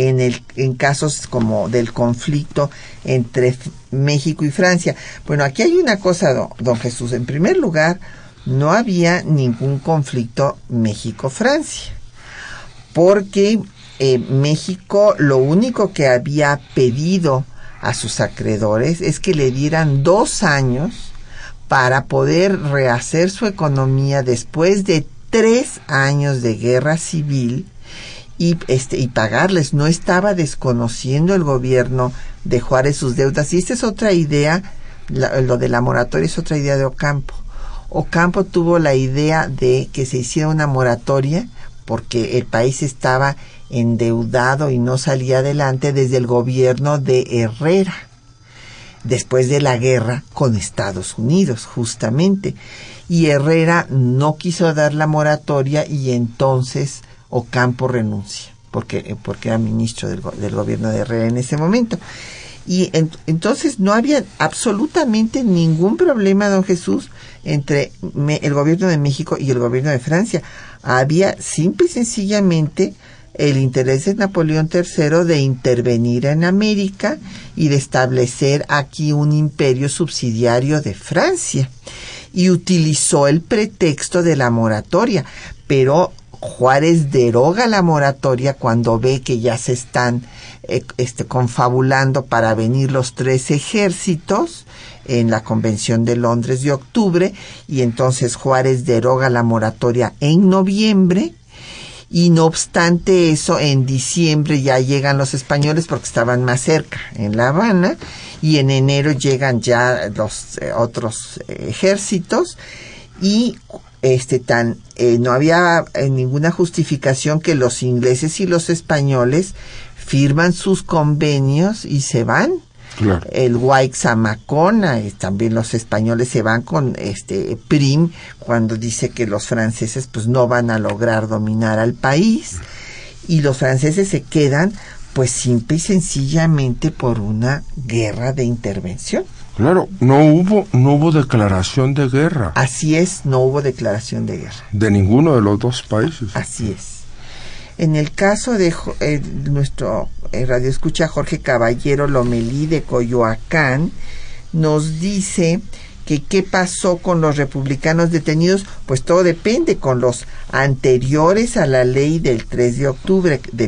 C: en casos como del conflicto entre México y Francia. Bueno, aquí hay una cosa, don Jesús. En primer lugar, no había ningún conflicto México-Francia, porque México lo único que había pedido a sus acreedores es que le dieran 2 años para poder rehacer su economía después de 3 años de guerra civil y pagarles. No estaba desconociendo el gobierno de Juárez sus deudas. Y esta es otra idea, lo de la moratoria es otra idea de Ocampo. Ocampo tuvo la idea de que se hiciera una moratoria porque el país estaba endeudado y no salía adelante desde el gobierno de Herrera, después de la guerra con Estados Unidos, justamente. Y Herrera no quiso dar la moratoria y entonces Ocampo renuncia, porque era ministro del gobierno de Herrera en ese momento. Y entonces no había absolutamente ningún problema, don Jesús, entre el gobierno de México y el gobierno de Francia. Había simple y sencillamente el interés de Napoleón III de intervenir en América y de establecer aquí un imperio subsidiario de Francia. Y utilizó el pretexto de la moratoria, pero Juárez deroga la moratoria cuando ve que ya se están confabulando para venir los 3 ejércitos en la Convención de Londres de octubre, y entonces Juárez deroga la moratoria en noviembre. Y no obstante eso, en diciembre ya llegan los españoles porque estaban más cerca, en La Habana, y en enero llegan ya los otros ejércitos, y no había ninguna justificación que los ingleses y los españoles firman sus convenios y se van. Claro. El Guayxamacona, también los españoles se van con Prim cuando dice que los franceses pues no van a lograr dominar al país, y los franceses se quedan pues simple y sencillamente por una guerra de intervención.
D: Claro, no hubo declaración de guerra.
C: Así es, no hubo declaración de guerra.
D: De ninguno de los 2 países.
C: Así es. En el caso de nuestro radioescucha Jorge Caballero Lomelí de Coyoacán, nos dice que qué pasó con los republicanos detenidos. Pues todo depende. Con los anteriores a la ley del 3 de octubre de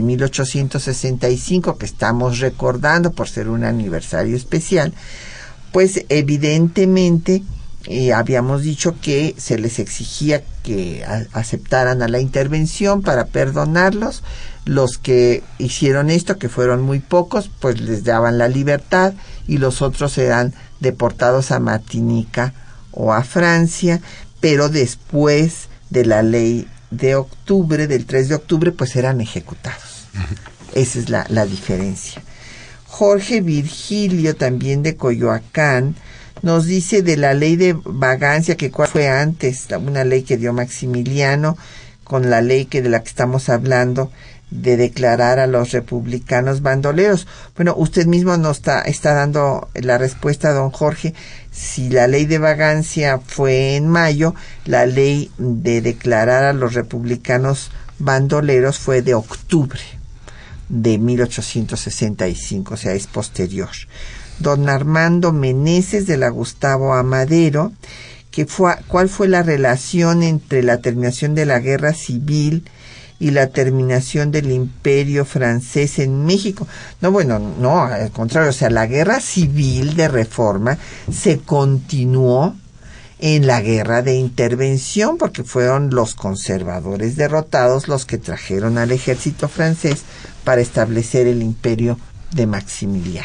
C: 1865, que estamos recordando por ser un aniversario especial, pues evidentemente habíamos dicho que se les exigía que aceptaran a la intervención para perdonarlos. Los que hicieron esto, que fueron muy pocos, pues les daban la libertad, y los otros eran deportados a Martinica o a Francia, pero después de la ley de octubre, del 3 de octubre, pues eran ejecutados. Esa es la diferencia. Jorge Virgilio, también de Coyoacán, nos dice de la ley de vagancia, que cuál fue antes, una ley que dio Maximiliano, con la ley de la que estamos hablando, de declarar a los republicanos bandoleros. Bueno, usted mismo nos está dando la respuesta, don Jorge. Si la ley de vagancia fue en mayo, la ley de declarar a los republicanos bandoleros fue de octubre de 1865, o sea, es posterior. Don Armando Meneses de la Gustavo Amadero, ¿cuál fue la relación entre la terminación de la guerra civil y la terminación del imperio francés en México? No, bueno, no, al contrario, o sea, la guerra civil de reforma se continuó en la guerra de intervención, porque fueron los conservadores derrotados los que trajeron al ejército francés para establecer el imperio de Maximiliano.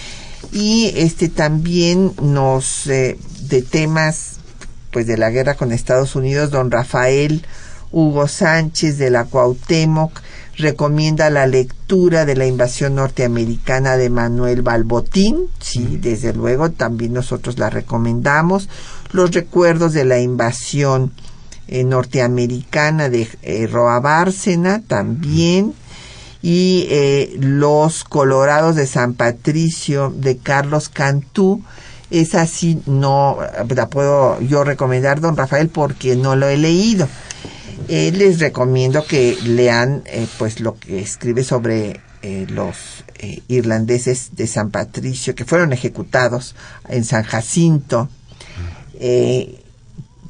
C: Y también de temas pues de la guerra con Estados Unidos, don Rafael Hugo Sánchez de la Cuauhtémoc recomienda la lectura de la invasión norteamericana de Manuel Balbotín. Sí, desde luego, también nosotros la recomendamos. Los recuerdos de la invasión norteamericana de Roa Bárcena también. Y Los Colorados de San Patricio de Carlos Cantú. Esa sí no la puedo yo recomendar, don Rafael, porque no lo he leído. Les recomiendo que lean pues lo que escribe sobre los irlandeses de San Patricio que fueron ejecutados en San Jacinto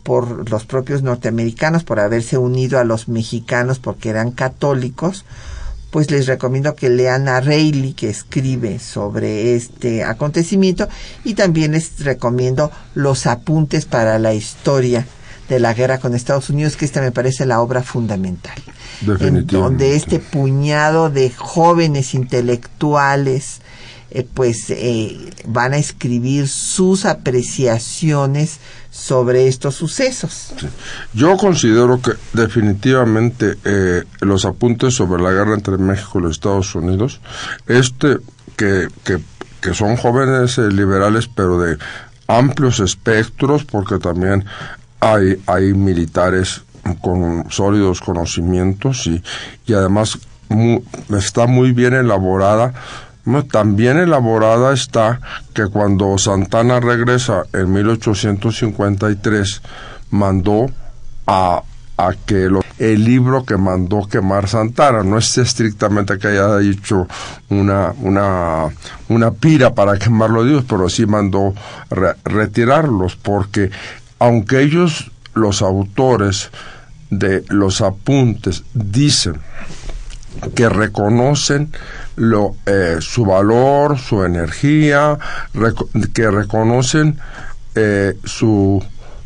C: por los propios norteamericanos por haberse unido a los mexicanos porque eran católicos, pues les recomiendo que lean a Reilly, que escribe sobre este acontecimiento, y también les recomiendo los apuntes para la historia de la guerra con Estados Unidos, que esta me parece la obra fundamental, en donde este puñado de jóvenes intelectuales van a escribir sus apreciaciones sobre estos sucesos.
D: Sí. Yo considero que definitivamente los apuntes sobre la guerra entre México y los Estados Unidos, que son jóvenes liberales, pero de amplios espectros, porque también hay militares con sólidos conocimientos y además está muy bien elaborada. También elaborada está que cuando Santana regresa en 1853 mandó a que el libro que mandó quemar Santana, no es estrictamente que haya dicho una pira para quemar los libros, pero sí mandó retirarlos, porque aunque ellos, los autores de los apuntes, dicen que reconocen su valor, su energía, que reconocen su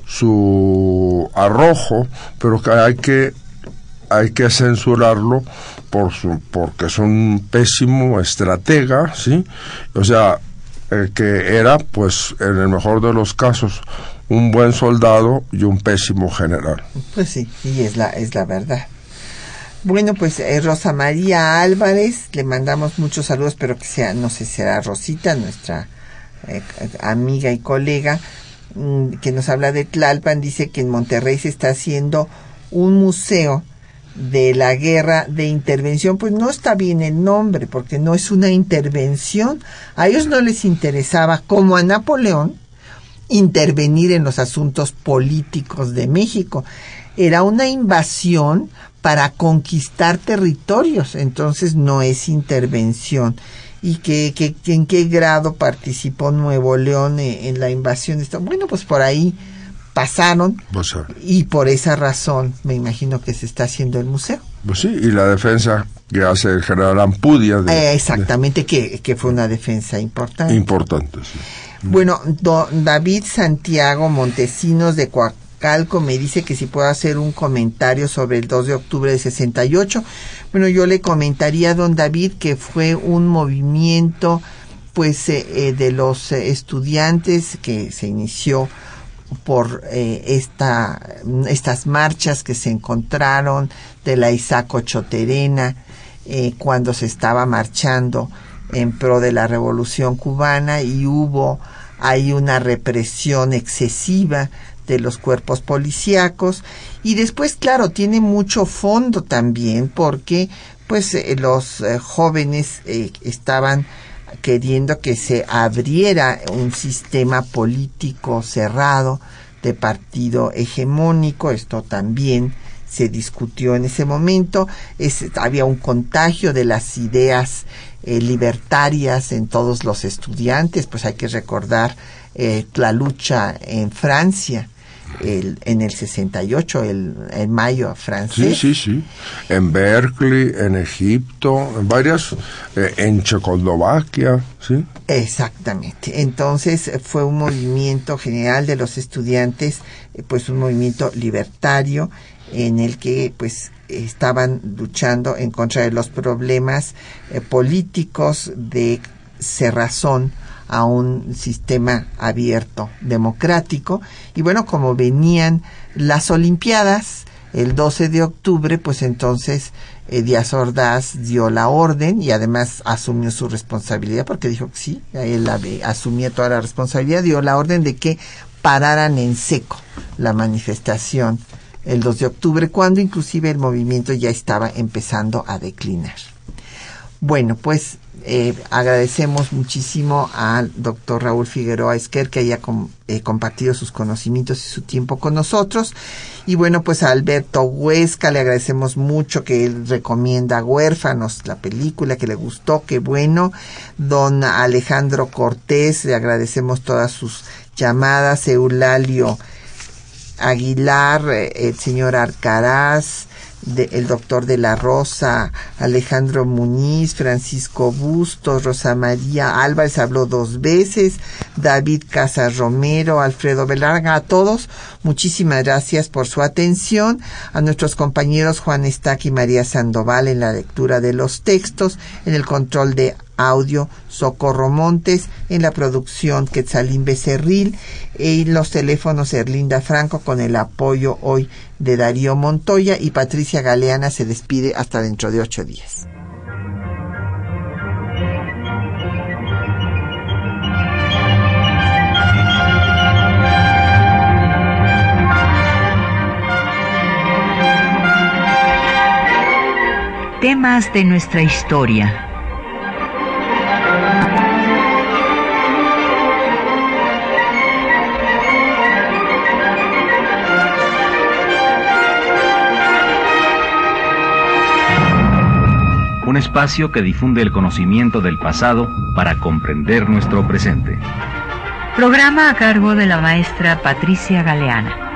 D: arrojo, pero que hay que censurarlo porque es un pésimo estratega, ¿sí? O sea, que era, pues, en el mejor de los casos, un buen soldado y un pésimo general.
C: Pues sí, y es la verdad. Bueno, pues Rosa María Álvarez, le mandamos muchos saludos, pero que sea, no sé, será Rosita, nuestra amiga y colega, que nos habla de Tlalpan. Dice que en Monterrey se está haciendo un museo de la guerra de intervención. Pues no está bien el nombre, porque no es una intervención. A ellos no les interesaba, como a Napoleón, intervenir en los asuntos políticos de México. Era una invasión para conquistar territorios, entonces no es intervención. ¿Y en qué grado participó Nuevo León en la invasión? Bueno, pues por ahí pasaron, y por esa razón me imagino que se está haciendo el museo.
D: Pues sí, y la defensa que hace el general Ampudia.
C: Exactamente, que fue una defensa importante.
D: Importante, sí.
C: Bueno, David Santiago Montesinos de Coacalco me dice que si puedo hacer un comentario sobre el 2 de octubre de 68. Bueno, yo le comentaría a don David que fue un movimiento, pues, de los estudiantes que se inició por estas marchas que se encontraron de la Isaco Choterena cuando se estaba marchando en pro de la Revolución Cubana, y hay una represión excesiva de los cuerpos policíacos. Y después, claro, tiene mucho fondo también, porque pues los jóvenes estaban queriendo que se abriera un sistema político cerrado de partido hegemónico. Esto también se discutió en ese momento. Había un contagio de las ideas libertarias en todos los estudiantes. Pues hay que recordar la lucha en Francia en el 68, el mayo francés.
D: Sí. En Berkeley, en Egipto, en varias, en Checoslovaquia, sí.
C: Exactamente. Entonces fue un movimiento general de los estudiantes, pues un movimiento libertario en el que pues estaban luchando en contra de los problemas políticos de cerrazón a un sistema abierto, democrático. Y bueno, como venían las Olimpiadas el 12 de octubre, pues entonces Díaz Ordaz dio la orden, y además asumió su responsabilidad, porque dijo que sí, él asumía toda la responsabilidad, dio la orden de que pararan en seco la manifestación el 2 de octubre, cuando inclusive el movimiento ya estaba empezando a declinar. Bueno, pues agradecemos muchísimo al doctor Raúl Figueroa Esquer que haya compartido sus conocimientos y su tiempo con nosotros. Y bueno, pues a Alberto Huesca le agradecemos mucho que él recomienda Huérfanos, la película, que le gustó, qué bueno. Don Alejandro Cortés, le agradecemos todas sus llamadas. Eulalio Aguilar, el señor Arcaraz, el doctor de la Rosa, Alejandro Muñiz, Francisco Bustos, Rosa María Álvarez habló 2 veces, David Casas Romero, Alfredo Belarga, a todos, muchísimas gracias por su atención, a nuestros compañeros Juan Estac y María Sandoval en la lectura de los textos, en el control de audio Socorro Montes, en la producción Quetzalín Becerril, y los teléfonos Erlinda Franco con el apoyo hoy de Darío Montoya, y Patricia Galeana se despide hasta dentro de 8 días.
A: Temas de nuestra historia.
F: Un espacio que difunde el conocimiento del pasado para comprender nuestro presente.
A: Programa a cargo de la maestra Patricia Galeana.